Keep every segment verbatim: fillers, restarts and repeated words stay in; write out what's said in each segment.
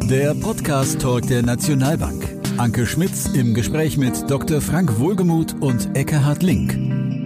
Der Podcast-Talk der Nationalbank. Anke Schmitz im Gespräch mit Doktor Frank Wohlgemuth und Ekkehard Link.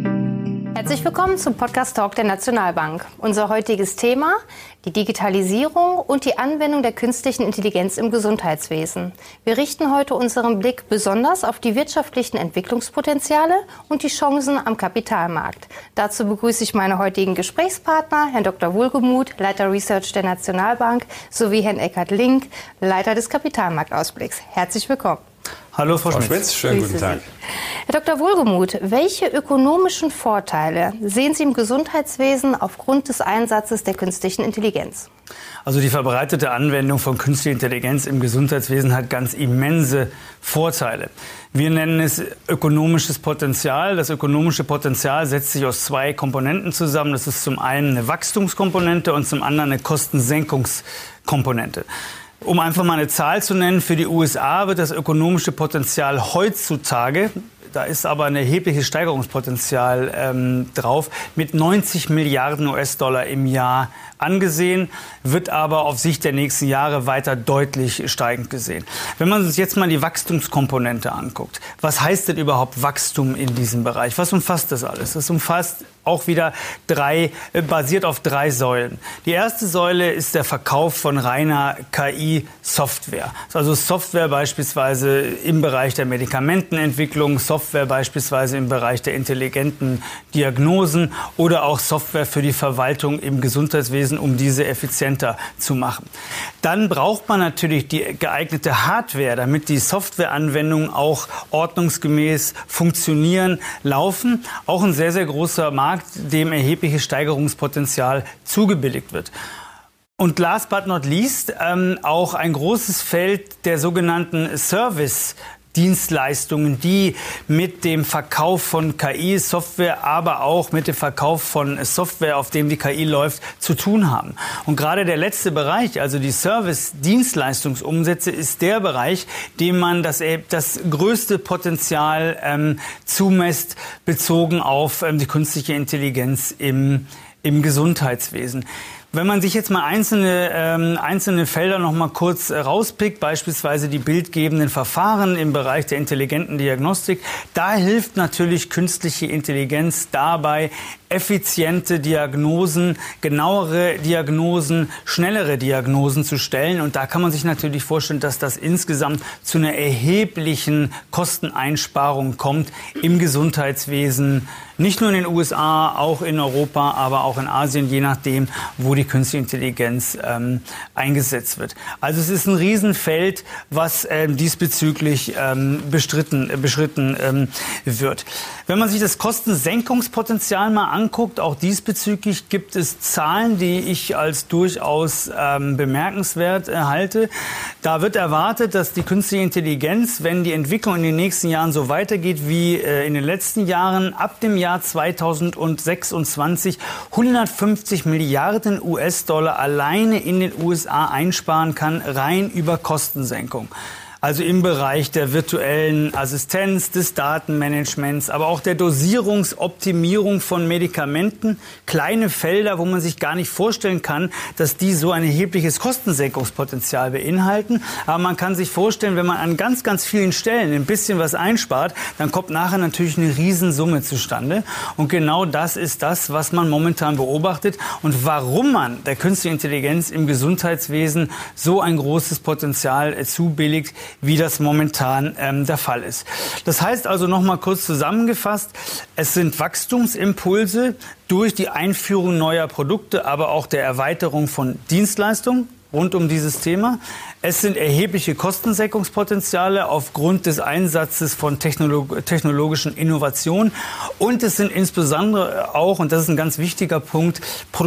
Herzlich willkommen zum Podcast-Talk der Nationalbank. Unser heutiges Thema: die Digitalisierung und die Anwendung der künstlichen Intelligenz im Gesundheitswesen. Wir richten heute unseren Blick besonders auf die wirtschaftlichen Entwicklungspotenziale und die Chancen am Kapitalmarkt. Dazu begrüße ich meine heutigen Gesprächspartner, Herrn Doktor Wohlgemuth, Leiter Research der Nationalbank, sowie Herrn Ekkehard Link, Leiter des Kapitalmarktausblicks. Herzlich willkommen. Hallo Frau, Frau Schmitz. Schmitz, schönen guten Tag. Herr Doktor Wohlgemuth, welche ökonomischen Vorteile sehen Sie im Gesundheitswesen aufgrund des Einsatzes der künstlichen Intelligenz? Also die verbreitete Anwendung von künstlicher Intelligenz im Gesundheitswesen hat ganz immense Vorteile. Wir nennen es ökonomisches Potenzial. Das ökonomische Potenzial setzt sich aus zwei Komponenten zusammen. Das ist zum einen eine Wachstumskomponente und zum anderen eine Kostensenkungskomponente. Um einfach mal eine Zahl zu nennen, für die U S A wird das ökonomische Potenzial heutzutage, da ist aber ein erhebliches Steigerungspotenzial ähm, drauf, mit neunzig Milliarden US-Dollar im Jahr angesehen, wird aber auf Sicht der nächsten Jahre weiter deutlich steigend gesehen. Wenn man sich jetzt mal die Wachstumskomponente anguckt, was heißt denn überhaupt Wachstum in diesem Bereich? Was umfasst das alles? Das umfasst auch wieder drei, äh, basiert auf drei Säulen. Die erste Säule ist der Verkauf von reiner K I-Software. Also Software beispielsweise im Bereich der Medikamentenentwicklung, Software beispielsweise im Bereich der intelligenten Diagnosen oder auch Software für die Verwaltung im Gesundheitswesen, um diese effizienter zu machen. Dann braucht man natürlich die geeignete Hardware, damit die Softwareanwendungen auch ordnungsgemäß funktionieren, laufen. Auch ein sehr, sehr großer Markt, dem erhebliches Steigerungspotenzial zugebilligt wird. Und last but not least ähm, auch ein großes Feld der sogenannten Service Dienstleistungen, die mit dem Verkauf von K I-Software, aber auch mit dem Verkauf von Software, auf dem die K I läuft, zu tun haben. Und gerade der letzte Bereich, also die Service-Dienstleistungsumsätze, ist der Bereich, dem man das, das größte Potenzial ähm, zumisst, bezogen auf ähm, die künstliche Intelligenz im, im Gesundheitswesen. Wenn man sich jetzt mal einzelne, ähm, einzelne Felder noch mal kurz äh, rauspickt, beispielsweise die bildgebenden Verfahren im Bereich der intelligenten Diagnostik, da hilft natürlich künstliche Intelligenz dabei, effiziente Diagnosen, genauere Diagnosen, schnellere Diagnosen zu stellen. Und da kann man sich natürlich vorstellen, dass das insgesamt zu einer erheblichen Kosteneinsparung kommt im Gesundheitswesen. Nicht nur in den U S A, auch in Europa, aber auch in Asien, je nachdem, wo die künstliche Intelligenz ähm, eingesetzt wird. Also es ist ein Riesenfeld, was ähm, diesbezüglich ähm, bestritten, äh, beschritten ähm, wird. Wenn man sich das Kostensenkungspotenzial mal anguckt, auch diesbezüglich gibt es Zahlen, die ich als durchaus ähm, bemerkenswert äh, halte. Da wird erwartet, dass die künstliche Intelligenz, wenn die Entwicklung in den nächsten Jahren so weitergeht wie äh, in den letzten Jahren, ab dem Jahr zweitausendsechsundzwanzig hundertfünfzig Milliarden U S-Dollar alleine in den U S A einsparen kann, rein über Kostensenkung. Also im Bereich der virtuellen Assistenz, des Datenmanagements, aber auch der Dosierungsoptimierung von Medikamenten. Kleine Felder, wo man sich gar nicht vorstellen kann, dass die so ein erhebliches Kostensenkungspotenzial beinhalten. Aber man kann sich vorstellen, wenn man an ganz, ganz vielen Stellen ein bisschen was einspart, dann kommt nachher natürlich eine Riesensumme zustande. Und genau das ist das, was man momentan beobachtet und warum man der künstlichen Intelligenz im Gesundheitswesen so ein großes Potenzial zubilligt, wie das momentan ähm, der Fall ist. Das heißt also noch mal kurz zusammengefasst, es sind Wachstumsimpulse durch die Einführung neuer Produkte, aber auch der Erweiterung von Dienstleistungen rund um dieses Thema. Es sind erhebliche Kostensenkungspotenziale aufgrund des Einsatzes von Technolog- technologischen Innovationen. Und es sind insbesondere auch, und das ist ein ganz wichtiger Punkt,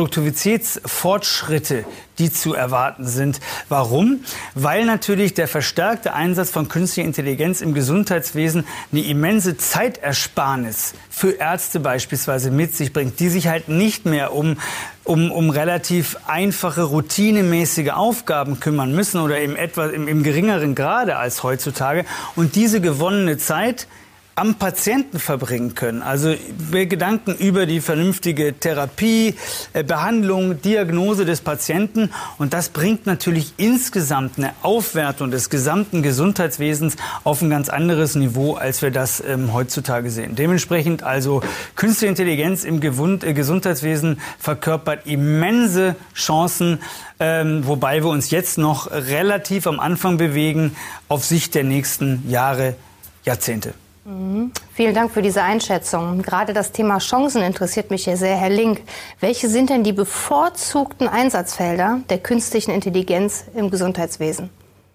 Produktivitätsfortschritte, die zu erwarten sind. Warum? Weil natürlich der verstärkte Einsatz von künstlicher Intelligenz im Gesundheitswesen eine immense Zeitersparnis für Ärzte beispielsweise mit sich bringt, die sich halt nicht mehr um Um, um relativ einfache, routinemäßige Aufgaben kümmern müssen oder im, etwa, im, im geringeren Grade als heutzutage. Und diese gewonnene Zeit am Patienten verbringen können. Also wir Gedanken über die vernünftige Therapie, äh, Behandlung, Diagnose des Patienten. Und das bringt natürlich insgesamt eine Aufwertung des gesamten Gesundheitswesens auf ein ganz anderes Niveau, als wir das ähm, heutzutage sehen. Dementsprechend also künstliche Intelligenz im Gewund, äh, Gesundheitswesen verkörpert immense Chancen, ähm, wobei wir uns jetzt noch relativ am Anfang bewegen, auf Sicht der nächsten Jahre, Jahrzehnte. Mhm. Vielen Dank für diese Einschätzung. Gerade das Thema Chancen interessiert mich hier sehr, Herr Link. Welche sind denn die bevorzugten Einsatzfelder der künstlichen Intelligenz im Gesundheitswesen?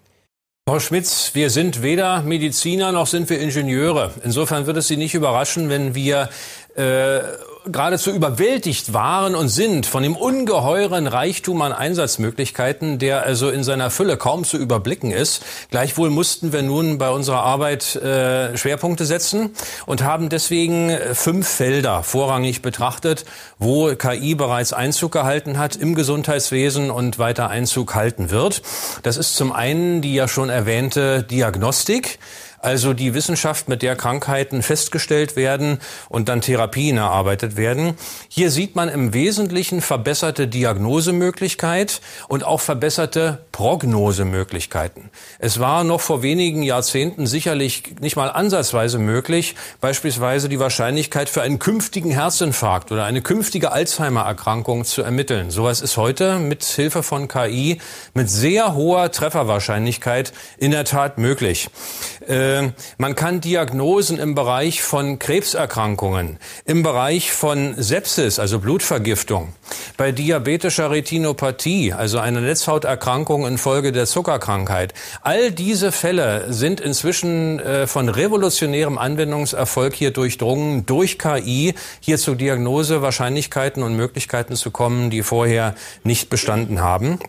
Frau Schmitz, wir sind weder Mediziner noch sind wir Ingenieure. Insofern wird es Sie nicht überraschen, wenn wir äh, geradezu überwältigt waren und sind von dem ungeheuren Reichtum an Einsatzmöglichkeiten, der also in seiner Fülle kaum zu überblicken ist. Gleichwohl mussten wir nun bei unserer Arbeit äh, Schwerpunkte setzen und haben deswegen fünf Felder vorrangig betrachtet, wo K I bereits Einzug gehalten hat im Gesundheitswesen und weiter Einzug halten wird. Das ist zum einen die ja schon erwähnte Diagnostik. Also die Wissenschaft, mit der Krankheiten festgestellt werden und dann Therapien erarbeitet werden. Hier sieht man im Wesentlichen verbesserte Diagnosemöglichkeit und auch verbesserte Prognosemöglichkeiten. Es war noch vor wenigen Jahrzehnten sicherlich nicht mal ansatzweise möglich, beispielsweise die Wahrscheinlichkeit für einen künftigen Herzinfarkt oder eine künftige Alzheimer-Erkrankung zu ermitteln. Sowas ist heute mit Hilfe von K I mit sehr hoher Trefferwahrscheinlichkeit in der Tat möglich. Äh, Man kann Diagnosen im Bereich von Krebserkrankungen, im Bereich von Sepsis, also Blutvergiftung, bei diabetischer Retinopathie, also einer Netzhauterkrankung infolge der Zuckerkrankheit. All diese Fälle sind inzwischen äh, von revolutionärem Anwendungserfolg hier durchdrungen, durch K I hier zu Diagnosewahrscheinlichkeiten und Möglichkeiten zu kommen, die vorher nicht bestanden haben.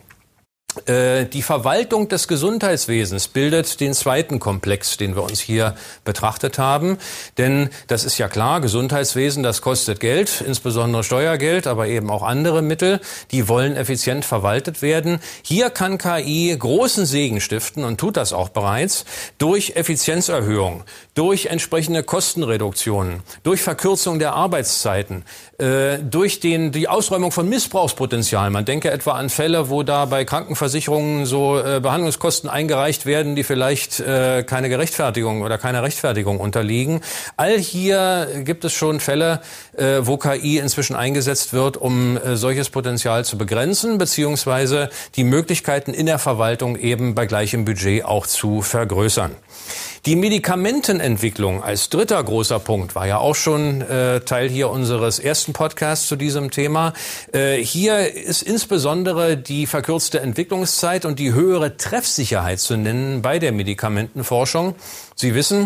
Die Verwaltung des Gesundheitswesens bildet den zweiten Komplex, den wir uns hier betrachtet haben. Denn das ist ja klar, Gesundheitswesen, das kostet Geld, insbesondere Steuergeld, aber eben auch andere Mittel. Die wollen effizient verwaltet werden. Hier kann K I großen Segen stiften und tut das auch bereits durch Effizienzerhöhung, durch entsprechende Kostenreduktionen, durch Verkürzung der Arbeitszeiten, äh, durch den, die Ausräumung von Missbrauchspotenzial. Man denke etwa an Fälle, wo da bei Krankenversicherungen Versicherungen so äh, Behandlungskosten eingereicht werden, die vielleicht äh, keine Gerechtfertigung oder keiner Rechtfertigung unterliegen. All hier gibt es schon Fälle, äh, wo K I inzwischen eingesetzt wird, um äh, solches Potenzial zu begrenzen, beziehungsweise die Möglichkeiten in der Verwaltung eben bei gleichem Budget auch zu vergrößern. Die Medikamentenentwicklung als dritter großer Punkt war ja auch schon äh, Teil hier unseres ersten Podcasts zu diesem Thema. Äh, hier ist insbesondere die verkürzte Entwicklungszeit und die höhere Treffsicherheit zu nennen bei der Medikamentenforschung. Sie wissen,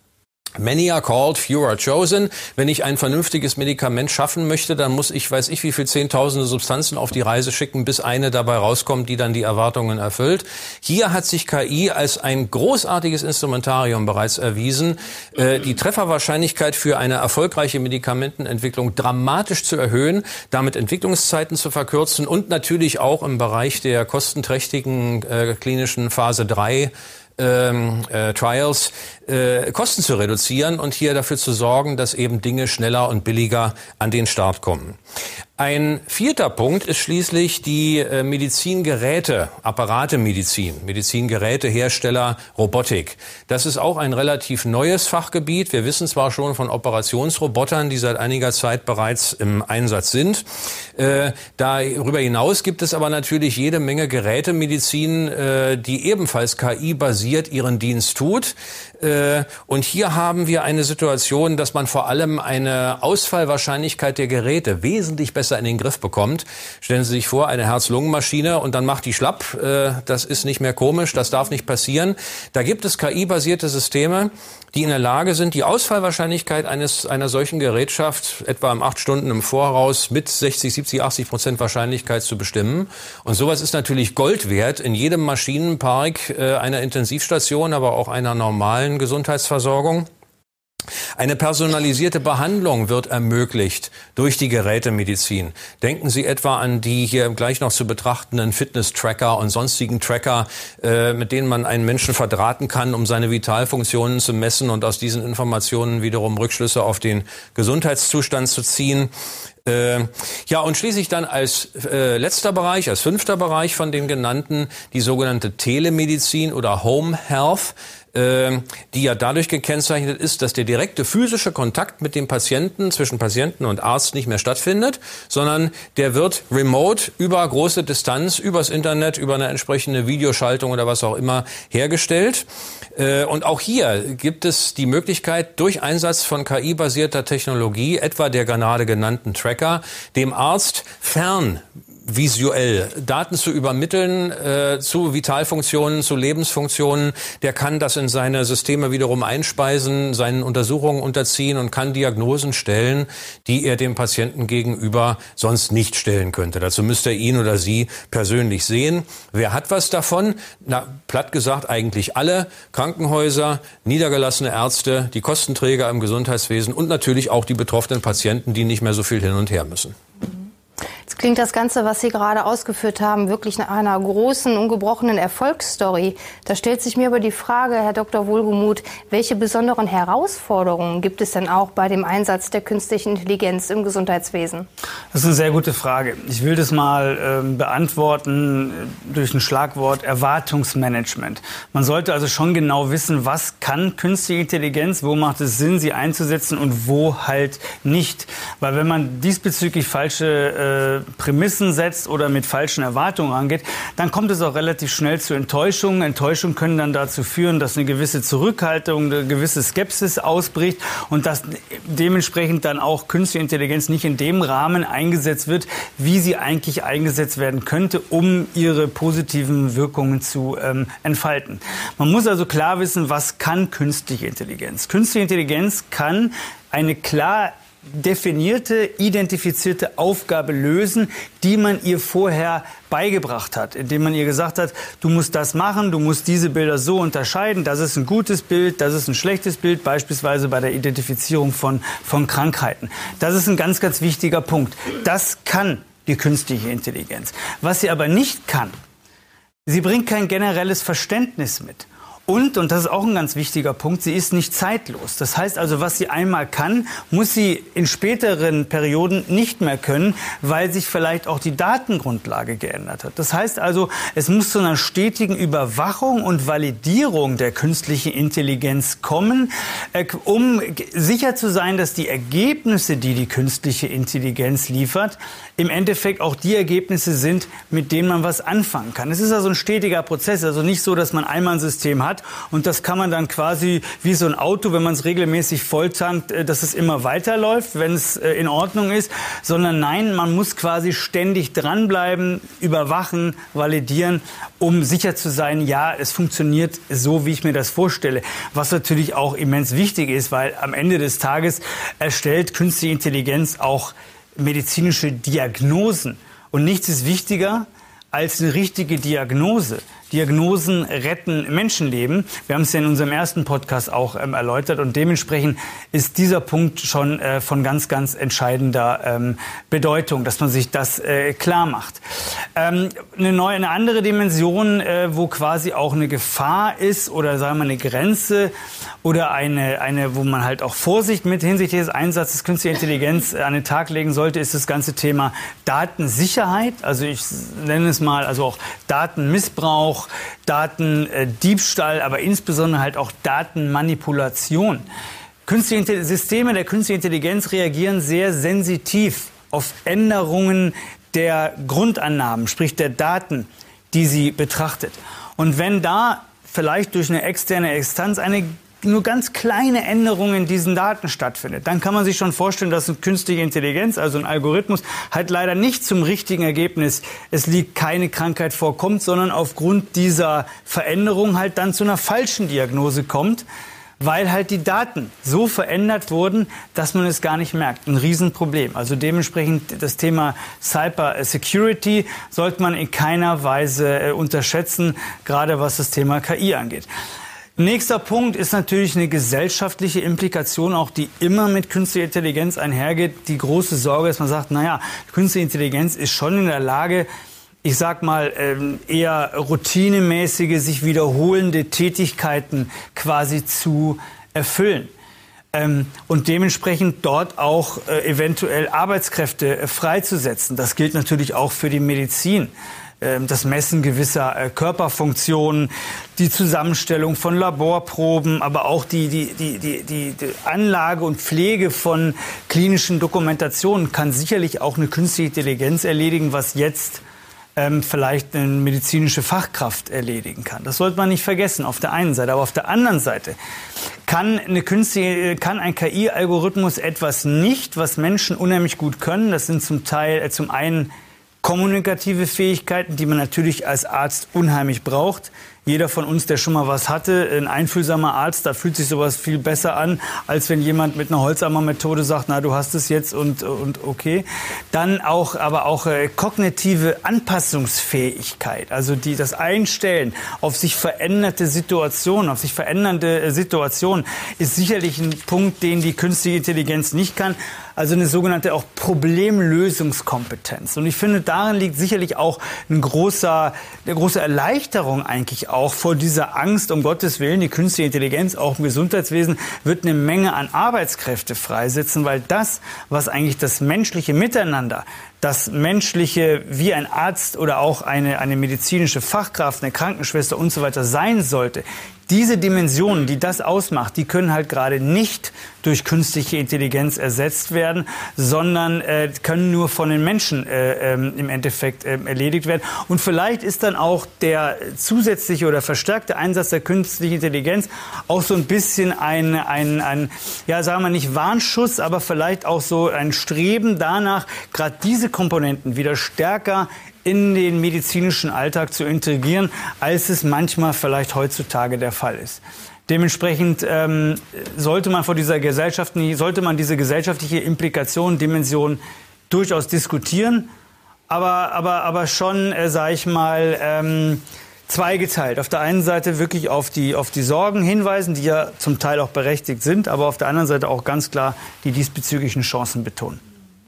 many are called, few are chosen. Wenn ich ein vernünftiges Medikament schaffen möchte, dann muss ich, weiß ich, wie viel zehntausende Substanzen auf die Reise schicken, bis eine dabei rauskommt, die dann die Erwartungen erfüllt. Hier hat sich K I als ein großartiges Instrumentarium bereits erwiesen, äh, die Trefferwahrscheinlichkeit für eine erfolgreiche Medikamentenentwicklung dramatisch zu erhöhen, damit Entwicklungszeiten zu verkürzen und natürlich auch im Bereich der kostenträchtigen äh, klinischen Phase drei Ähm, äh, Trials äh, Kosten zu reduzieren und hier dafür zu sorgen, dass eben Dinge schneller und billiger an den Start kommen. Ein vierter Punkt ist schließlich die äh, Medizingeräte, Apparatemedizin, Medizingerätehersteller, Robotik. Das ist auch ein relativ neues Fachgebiet. Wir wissen zwar schon von Operationsrobotern, die seit einiger Zeit bereits im Einsatz sind. Äh, darüber hinaus gibt es aber natürlich jede Menge Gerätemedizin, äh, die ebenfalls K I-basiert ihren Dienst tut. Äh, und hier haben wir eine Situation, dass man vor allem eine Ausfallwahrscheinlichkeit der Geräte wesentlich besser in den Griff bekommt. Stellen Sie sich vor, eine Herz-Lungen-Maschine und dann macht die schlapp. Äh, das ist nicht mehr komisch, das darf nicht passieren. Da gibt es K I-basierte Systeme, die in der Lage sind, die Ausfallwahrscheinlichkeit eines einer solchen Gerätschaft etwa im acht Stunden im Voraus mit sechzig, siebzig, achtzig Prozent Wahrscheinlichkeit zu bestimmen. Und sowas ist natürlich Gold wert in jedem Maschinenpark äh, einer Intensivstation, aber auch einer normalen Gesundheitsversorgung. Eine personalisierte Behandlung wird ermöglicht durch die Gerätemedizin. Denken Sie etwa an die hier gleich noch zu betrachtenden Fitness-Tracker und sonstigen Tracker, äh, mit denen man einen Menschen verdrahten kann, um seine Vitalfunktionen zu messen und aus diesen Informationen wiederum Rückschlüsse auf den Gesundheitszustand zu ziehen. Äh, ja, und schließlich dann als äh, letzter Bereich, als fünfter Bereich von den genannten, die sogenannte Telemedizin oder Home Health, äh, die ja dadurch gekennzeichnet ist, dass der direkte physische Kontakt mit dem Patienten, zwischen Patienten und Arzt nicht mehr stattfindet, sondern der wird remote über große Distanz, übers Internet, über eine entsprechende Videoschaltung oder was auch immer hergestellt. Äh, und auch hier gibt es die Möglichkeit, durch Einsatz von K I-basierter Technologie, etwa der gerade genannten Tracker, dem Arzt fern visuell Daten zu übermitteln äh, zu Vitalfunktionen, zu Lebensfunktionen. Der kann das in seine Systeme wiederum einspeisen, seinen Untersuchungen unterziehen und kann Diagnosen stellen, die er dem Patienten gegenüber sonst nicht stellen könnte. Dazu müsste er ihn oder sie persönlich sehen. Wer hat was davon? Na, platt gesagt eigentlich alle Krankenhäuser, niedergelassene Ärzte, die Kostenträger im Gesundheitswesen und natürlich auch die betroffenen Patienten, die nicht mehr so viel hin und her müssen. Jetzt klingt das Ganze, was Sie gerade ausgeführt haben, wirklich nach einer großen, ungebrochenen Erfolgsstory. Da stellt sich mir aber die Frage, Herr Doktor Wohlgemuth, welche besonderen Herausforderungen gibt es denn auch bei dem Einsatz der künstlichen Intelligenz im Gesundheitswesen? Das ist eine sehr gute Frage. Ich will das mal äh, beantworten durch ein Schlagwort Erwartungsmanagement. Man sollte also schon genau wissen, was kann künstliche Intelligenz, wo macht es Sinn, sie einzusetzen und wo halt nicht. Weil wenn man diesbezüglich falsche äh, Prämissen setzt oder mit falschen Erwartungen rangeht, dann kommt es auch relativ schnell zu Enttäuschungen. Enttäuschungen können dann dazu führen, dass eine gewisse Zurückhaltung, eine gewisse Skepsis ausbricht und dass dementsprechend dann auch künstliche Intelligenz nicht in dem Rahmen eingesetzt wird, wie sie eigentlich eingesetzt werden könnte, um ihre positiven Wirkungen zu ähm, entfalten. Man muss also klar wissen, was kann künstliche Intelligenz? Künstliche Intelligenz kann eine klar definierte, identifizierte Aufgabe lösen, die man ihr vorher beigebracht hat, indem man ihr gesagt hat, du musst das machen, du musst diese Bilder so unterscheiden, das ist ein gutes Bild, das ist ein schlechtes Bild, beispielsweise bei der Identifizierung von, von Krankheiten. Das ist ein ganz, ganz wichtiger Punkt. Das kann die künstliche Intelligenz. Was sie aber nicht kann, sie bringt kein generelles Verständnis mit. Und, und das ist auch ein ganz wichtiger Punkt, sie ist nicht zeitlos. Das heißt also, was sie einmal kann, muss sie in späteren Perioden nicht mehr können, weil sich vielleicht auch die Datengrundlage geändert hat. Das heißt also, es muss zu einer stetigen Überwachung und Validierung der künstlichen Intelligenz kommen, um sicher zu sein, dass die Ergebnisse, die die künstliche Intelligenz liefert, im Endeffekt auch die Ergebnisse sind, mit denen man was anfangen kann. Es ist also ein stetiger Prozess, also nicht so, dass man einmal ein System hat und das kann man dann quasi wie so ein Auto, wenn man es regelmäßig volltankt, dass es immer weiterläuft, wenn es in Ordnung ist, sondern nein, man muss quasi ständig dranbleiben, überwachen, validieren, um sicher zu sein, ja, es funktioniert so, wie ich mir das vorstelle. Was natürlich auch immens wichtig ist, weil am Ende des Tages erstellt künstliche Intelligenz auch medizinische Diagnosen. Und nichts ist wichtiger als eine richtige Diagnose. Diagnosen retten Menschenleben. Wir haben es ja in unserem ersten Podcast auch ähm, erläutert und dementsprechend ist dieser Punkt schon äh, von ganz, ganz entscheidender ähm, Bedeutung, dass man sich das äh, klar macht. Ähm, eine neue, eine andere Dimension, äh, wo quasi auch eine Gefahr ist oder sagen wir eine Grenze oder eine, eine, wo man halt auch Vorsicht mit hinsichtlich des Einsatzes künstlicher Intelligenz an den Tag legen sollte, ist das ganze Thema Datensicherheit. Also ich nenne es mal, also auch Datenmissbrauch, Datendiebstahl, aber insbesondere halt auch Datenmanipulation. Künstliche Systeme der künstlichen Intelligenz reagieren sehr sensitiv auf Änderungen der Grundannahmen, sprich der Daten, die sie betrachtet. Und wenn da vielleicht durch eine externe Instanz eine nur ganz kleine Änderung in diesen Daten stattfindet, dann kann man sich schon vorstellen, dass eine künstliche Intelligenz, also ein Algorithmus, halt leider nicht zum richtigen Ergebnis, es liegt keine Krankheit vor, kommt, sondern aufgrund dieser Veränderung halt dann zu einer falschen Diagnose kommt, weil halt die Daten so verändert wurden, dass man es gar nicht merkt. Ein Riesenproblem. Also dementsprechend das Thema Cyber Security sollte man in keiner Weise unterschätzen, gerade was das Thema K I angeht. Nächster Punkt ist natürlich eine gesellschaftliche Implikation, auch die immer mit künstlicher Intelligenz einhergeht. Die große Sorge, dass man sagt, naja, künstliche Intelligenz ist schon in der Lage, ich sag mal, eher routinemäßige, sich wiederholende Tätigkeiten quasi zu erfüllen. Und dementsprechend dort auch eventuell Arbeitskräfte freizusetzen. Das gilt natürlich auch für die Medizin. Das Messen gewisser Körperfunktionen, die Zusammenstellung von Laborproben, aber auch die, die, die, die, die Anlage und Pflege von klinischen Dokumentationen kann sicherlich auch eine künstliche Intelligenz erledigen, was jetzt ähm, vielleicht eine medizinische Fachkraft erledigen kann. Das sollte man nicht vergessen, auf der einen Seite. Aber auf der anderen Seite kann, eine künstliche, kann ein K I-Algorithmus etwas nicht, was Menschen unheimlich gut können. Das sind zum Teil, äh, zum einen kommunikative Fähigkeiten, die man natürlich als Arzt unheimlich braucht. Jeder von uns, der schon mal was hatte, ein einfühlsamer Arzt, da fühlt sich sowas viel besser an, als wenn jemand mit einer Holzhammer-Methode sagt, na, du hast es jetzt und, und okay. Dann auch, aber auch äh, kognitive Anpassungsfähigkeit, also die, das Einstellen auf sich veränderte Situationen, auf sich verändernde äh, Situationen, ist sicherlich ein Punkt, den die künstliche Intelligenz nicht kann. Also eine sogenannte auch Problemlösungskompetenz. Und ich finde, darin liegt sicherlich auch ein großer, eine große Erleichterung eigentlich auch vor dieser Angst, um Gottes Willen, die künstliche Intelligenz auch im Gesundheitswesen wird eine Menge an Arbeitskräfte freisetzen, weil das, was eigentlich das menschliche Miteinander, das menschliche, wie ein Arzt oder auch eine, eine medizinische Fachkraft, eine Krankenschwester und so weiter sein sollte, diese Dimensionen, die das ausmacht, die können halt gerade nicht durch künstliche Intelligenz ersetzt werden, sondern äh, können nur von den Menschen äh, ähm, im Endeffekt äh, erledigt werden. Und vielleicht ist dann auch der zusätzliche oder verstärkte Einsatz der künstlichen Intelligenz auch so ein bisschen ein, ein, ein ja, sagen wir nicht Warnschuss, aber vielleicht auch so ein Streben danach, gerade diese Komponenten wieder stärker in den medizinischen Alltag zu integrieren, als es manchmal vielleicht heutzutage der Fall ist. Dementsprechend ähm, sollte man vor dieser Gesellschaft, sollte man diese gesellschaftliche Implikation, Dimension durchaus diskutieren, aber aber aber schon, äh, sage ich mal, ähm, zweigeteilt. Auf der einen Seite wirklich auf die auf die Sorgen hinweisen, die ja zum Teil auch berechtigt sind, aber auf der anderen Seite auch ganz klar die diesbezüglichen Chancen betonen.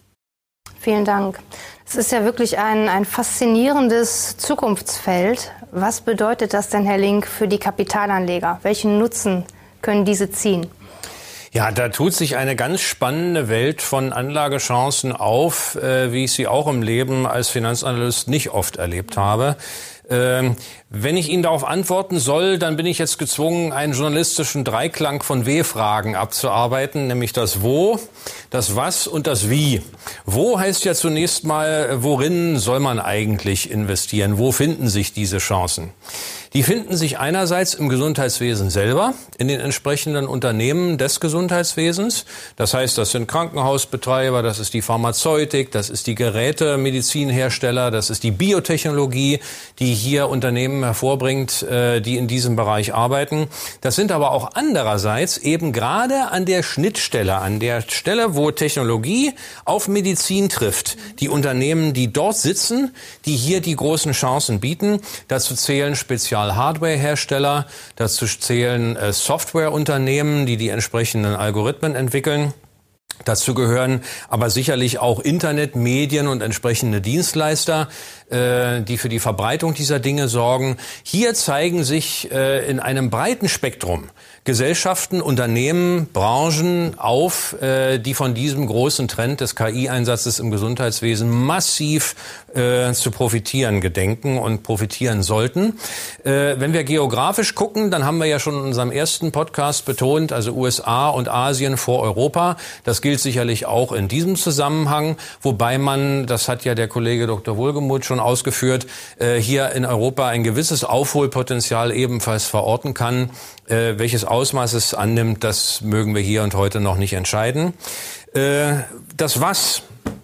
Vielen Dank. Es ist ja wirklich ein, ein faszinierendes Zukunftsfeld. Was bedeutet das denn, Herr Link, für die Kapitalanleger? Welchen Nutzen können diese ziehen? Ja, da tut sich eine ganz spannende Welt von Anlagechancen auf, äh, wie ich sie auch im Leben als Finanzanalyst nicht oft erlebt habe. Ähm, wenn ich Ihnen darauf antworten soll, dann bin ich jetzt gezwungen, einen journalistischen Dreiklang von W-Fragen abzuarbeiten, nämlich das Wo, das Was und das Wie. Wo heißt ja zunächst mal, worin soll man eigentlich investieren? Wo finden sich diese Chancen? Die finden sich einerseits im Gesundheitswesen selber, in den entsprechenden Unternehmen des Gesundheitswesens. Das heißt, das sind Krankenhausbetreiber, das ist die Pharmazeutik, das ist die Gerätemedizinhersteller, das ist die Biotechnologie, die hier Unternehmen hervorbringt, die in diesem Bereich arbeiten. Das sind aber auch andererseits eben gerade an der Schnittstelle, an der Stelle, wo Technologie auf Medizin trifft, die Unternehmen, die dort sitzen, die hier die großen Chancen bieten. Dazu zählen Spezial-Hardware-Hersteller, dazu zählen äh, Softwareunternehmen, die die entsprechenden Algorithmen entwickeln. Dazu gehören aber sicherlich auch Internet, Medien und entsprechende Dienstleister, äh, die für die Verbreitung dieser Dinge sorgen. Hier zeigen sich äh, in einem breiten Spektrum Gesellschaften, Unternehmen, Branchen auf, äh, die von diesem großen Trend des K I-Einsatzes im Gesundheitswesen massiv äh, zu profitieren gedenken und profitieren sollten. Äh, wenn wir geografisch gucken, dann haben wir ja schon in unserem ersten Podcast betont, also U S A und Asien vor Europa. Das gilt sicherlich auch in diesem Zusammenhang, wobei man, das hat ja der Kollege Doktor Wohlgemuth schon ausgeführt, äh, hier in Europa ein gewisses Aufholpotenzial ebenfalls verorten kann. Äh, welches Ausmaß es annimmt, das mögen wir hier und heute noch nicht entscheiden. Äh, das Was.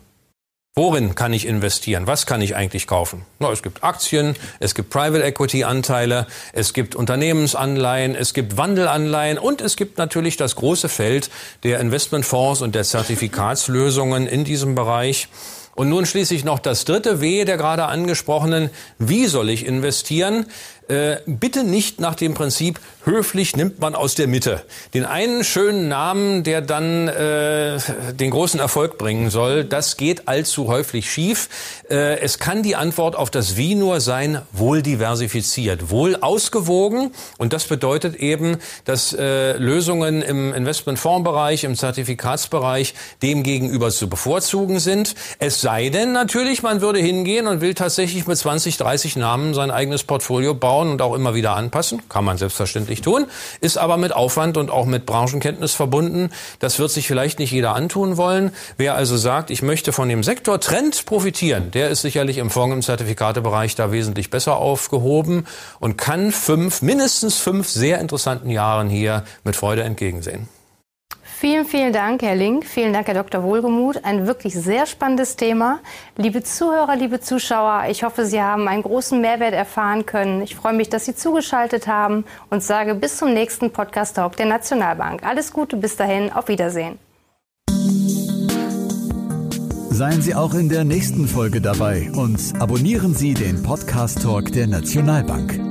Worin kann ich investieren? Was kann ich eigentlich kaufen? Na, es gibt Aktien, es gibt Private Equity Anteile, es gibt Unternehmensanleihen, es gibt Wandelanleihen und es gibt natürlich das große Feld der Investmentfonds und der Zertifikatslösungen in diesem Bereich. Und nun schließlich noch das dritte W der gerade angesprochenen. Wie soll ich investieren? Äh, bitte nicht nach dem Prinzip, höflich nimmt man aus der Mitte. Den einen schönen Namen, der dann äh, den großen Erfolg bringen soll, das geht allzu häufig schief. Äh, es kann die Antwort auf das Wie nur sein, wohl diversifiziert, wohl ausgewogen. Und das bedeutet eben, dass äh, Lösungen im Investmentfondsbereich, im Zertifikatsbereich dem gegenüber zu bevorzugen sind. Es sei denn natürlich, man würde hingehen und will tatsächlich mit zwanzig, dreißig Namen sein eigenes Portfolio bauen und auch immer wieder anpassen. Kann man selbstverständlich tun, ist aber mit Aufwand und auch mit Branchenkenntnis verbunden. Das wird sich vielleicht nicht jeder antun wollen. Wer also sagt, ich möchte von dem Sektortrend profitieren, der ist sicherlich im Fonds- im Zertifikatebereich da wesentlich besser aufgehoben und kann fünf, mindestens fünf sehr interessanten Jahren hier mit Freude entgegensehen. Vielen, vielen Dank, Herr Link. Vielen Dank, Herr Doktor Wohlgemuth. Ein wirklich sehr spannendes Thema. Liebe Zuhörer, liebe Zuschauer, ich hoffe, Sie haben einen großen Mehrwert erfahren können. Ich freue mich, dass Sie zugeschaltet haben und sage bis zum nächsten Podcast-Talk der Nationalbank. Alles Gute, bis dahin, auf Wiedersehen. Seien Sie auch in der nächsten Folge dabei und abonnieren Sie den Podcast-Talk der Nationalbank.